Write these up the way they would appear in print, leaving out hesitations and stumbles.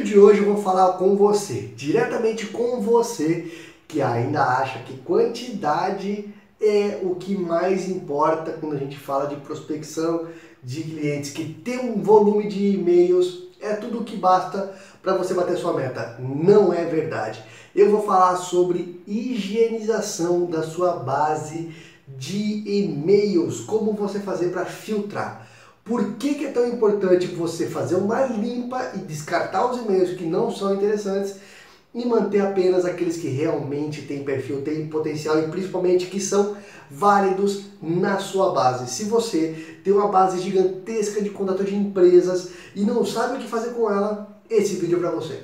de hoje eu vou falar com você, diretamente com você, que ainda acha que quantidade é o que mais importa quando a gente fala de prospecção de clientes, que ter um volume de e-mails é tudo o que basta para você bater sua meta. Não é verdade. Eu vou falar sobre higienização da sua base de e-mails, como você fazer para filtrar. Por que é tão importante você fazer uma limpa e descartar os e-mails que não são interessantes e manter apenas aqueles que realmente têm perfil, têm potencial e principalmente que são válidos na sua base. Se você tem uma base gigantesca de contato de empresas e não sabe o que fazer com ela, esse vídeo é para você.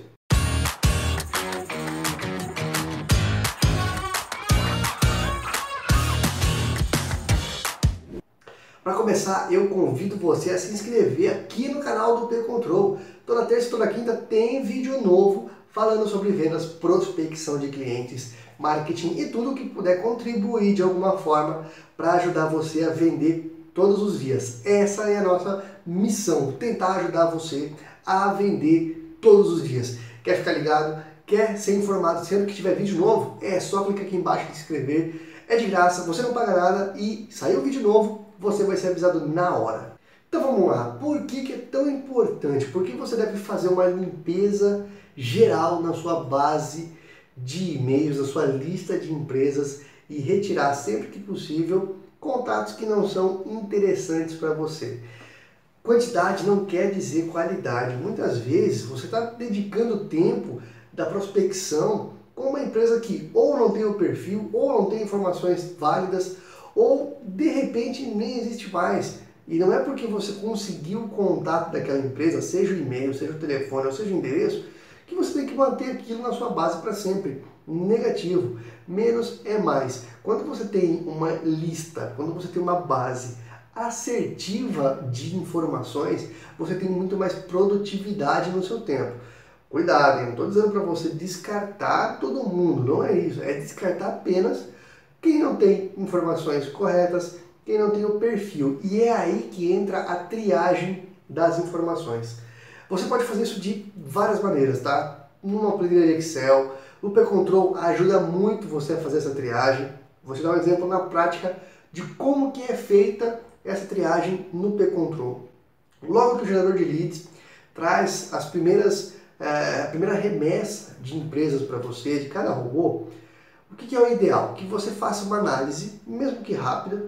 Para começar, eu convido você a se inscrever aqui no canal do P-Control. Toda terça e toda quinta tem vídeo novo falando sobre vendas, prospecção de clientes, marketing e tudo que puder contribuir de alguma forma para ajudar você a vender todos os dias. Essa é a nossa missão, tentar ajudar você a vender todos os dias. Quer ficar ligado? Quer ser informado sempre que tiver vídeo novo? É só clicar aqui embaixo e se inscrever. É de graça, você não paga nada e saiu vídeo novo, você vai ser avisado na hora. Então vamos lá, por que é tão importante? Por que você deve fazer uma limpeza geral na sua base de e-mails, na sua lista de empresas e retirar sempre que possível contatos que não são interessantes para você? Quantidade não quer dizer qualidade. Muitas vezes você está dedicando tempo da prospecção com uma empresa que ou não tem o perfil, ou não tem informações válidas, ou de repente nem existe mais. E não é porque você conseguiu o contato daquela empresa, seja o e-mail, seja o telefone, ou seja o endereço, que você tem que manter aquilo na sua base para sempre. Negativo. Menos é mais. Quando você tem uma lista, quando você tem uma base assertiva de informações, você tem muito mais produtividade no seu tempo. Cuidado, eu não estou dizendo para você descartar todo mundo, não é isso. É descartar apenas quem não tem informações corretas, quem não tem o perfil. E é aí que entra a triagem das informações. Você pode fazer isso de várias maneiras, tá? Numa planilha de Excel, o P-Control ajuda muito você a fazer essa triagem. Vou te dar um exemplo na prática de como que é feita essa triagem no P-Control. Logo que o gerador de leads traz a primeira remessa de empresas para você, de cada robô, o que é o ideal? Que você faça uma análise, mesmo que rápida,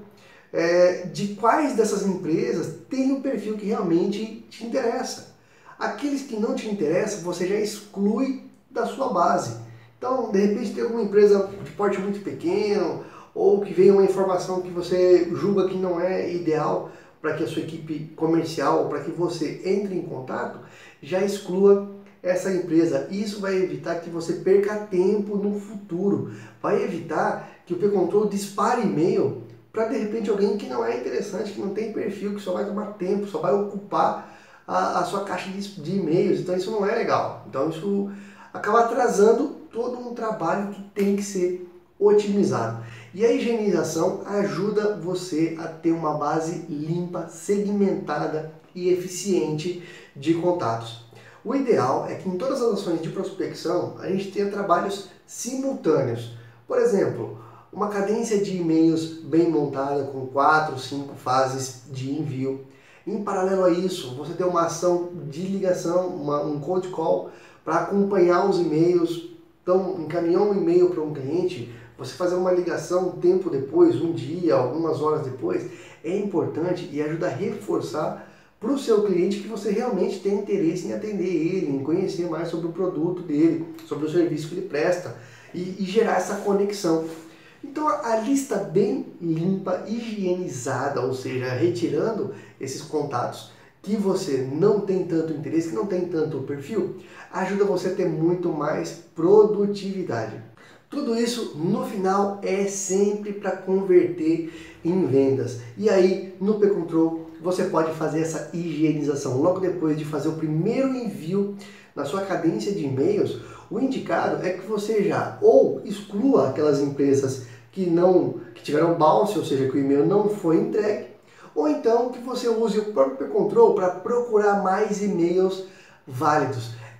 de quais dessas empresas tem o perfil que realmente te interessa. Aqueles que não te interessam, você já exclui da sua base. Então, de repente, tem alguma empresa de porte muito pequeno, ou que veio uma informação que você julga que não é ideal para que a sua equipe comercial, ou para que você entre em contato, já exclua essa empresa. Isso vai evitar que você perca tempo no futuro. Vai evitar que o P-Control dispare e-mail para de repente alguém que não é interessante, que não tem perfil, que só vai tomar tempo, só vai ocupar a sua caixa de e-mails. Então isso não é legal. Então isso acaba atrasando todo um trabalho que tem que ser otimizado. E a higienização ajuda você a ter uma base limpa, segmentada e eficiente de contatos. O ideal é que em todas as ações de prospecção a gente tenha trabalhos simultâneos. Por exemplo, uma cadência de e-mails bem montada com 4, 5 fases de envio. Em paralelo a isso, você tem uma ação de ligação, um cold call para acompanhar os e-mails. Então, encaminhou um e-mail para um cliente, você fazer uma ligação um tempo depois, um dia, algumas horas depois, é importante e ajuda a reforçar para o seu cliente que você realmente tem interesse em atender ele, em conhecer mais sobre o produto dele, sobre o serviço que ele presta e gerar essa conexão. Então a lista bem limpa, higienizada, ou seja, retirando esses contatos que você não tem tanto interesse, que não tem tanto perfil, ajuda você a ter muito mais produtividade. Tudo isso no final é sempre para converter em vendas. E aí no P-Control você pode fazer essa higienização. Logo depois de fazer o primeiro envio na sua cadência de e-mails, o indicado é que você já ou exclua aquelas empresas que tiveram bounce, ou seja, que o e-mail não foi entregue, ou então que você use o próprio P-Control para procurar mais e-mails válidos.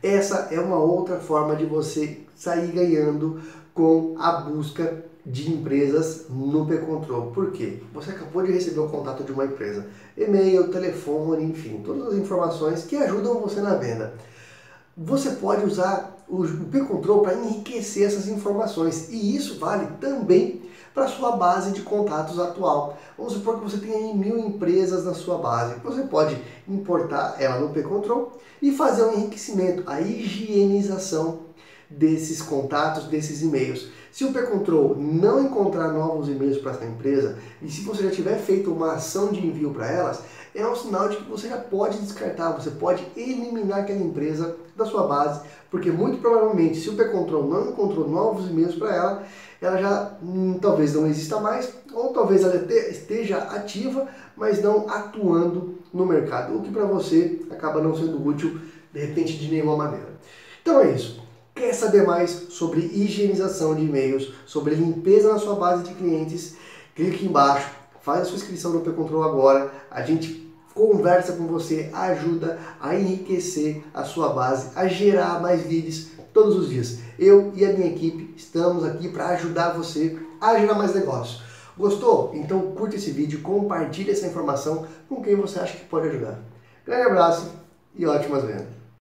Essa é uma outra forma de você sair ganhando com a busca de empresas no P-Control. Por quê? Você acabou de receber o contato de uma empresa, e-mail, telefone, enfim, todas as informações que ajudam você na venda. Você pode usar o P-Control para enriquecer essas informações, e isso vale também para a sua base de contatos atual. Vamos supor que você tenha aí 1000 empresas na sua base. Você pode importar ela no P-Control e fazer um enriquecimento, a higienização desses contatos, desses e-mails. Se o P-Control não encontrar novos e-mails para essa empresa, e se você já tiver feito uma ação de envio para elas, é um sinal de que você já pode descartar, você pode eliminar aquela empresa da sua base, porque muito provavelmente, se o P-Control não encontrou novos e-mails para ela, ela já talvez não exista mais, ou talvez ela esteja ativa, mas não atuando no mercado, o que para você acaba não sendo útil, de repente, de nenhuma maneira. Então é isso. Quer saber mais sobre higienização de e-mails, sobre limpeza na sua base de clientes? Clique aqui embaixo, faz a sua inscrição no P-Control agora, a gente conversa com você, ajuda a enriquecer a sua base, a gerar mais leads todos os dias. Eu e a minha equipe estamos aqui para ajudar você a gerar mais negócios. Gostou? Então curta esse vídeo, compartilhe essa informação com quem você acha que pode ajudar. Grande abraço e ótimas vendas!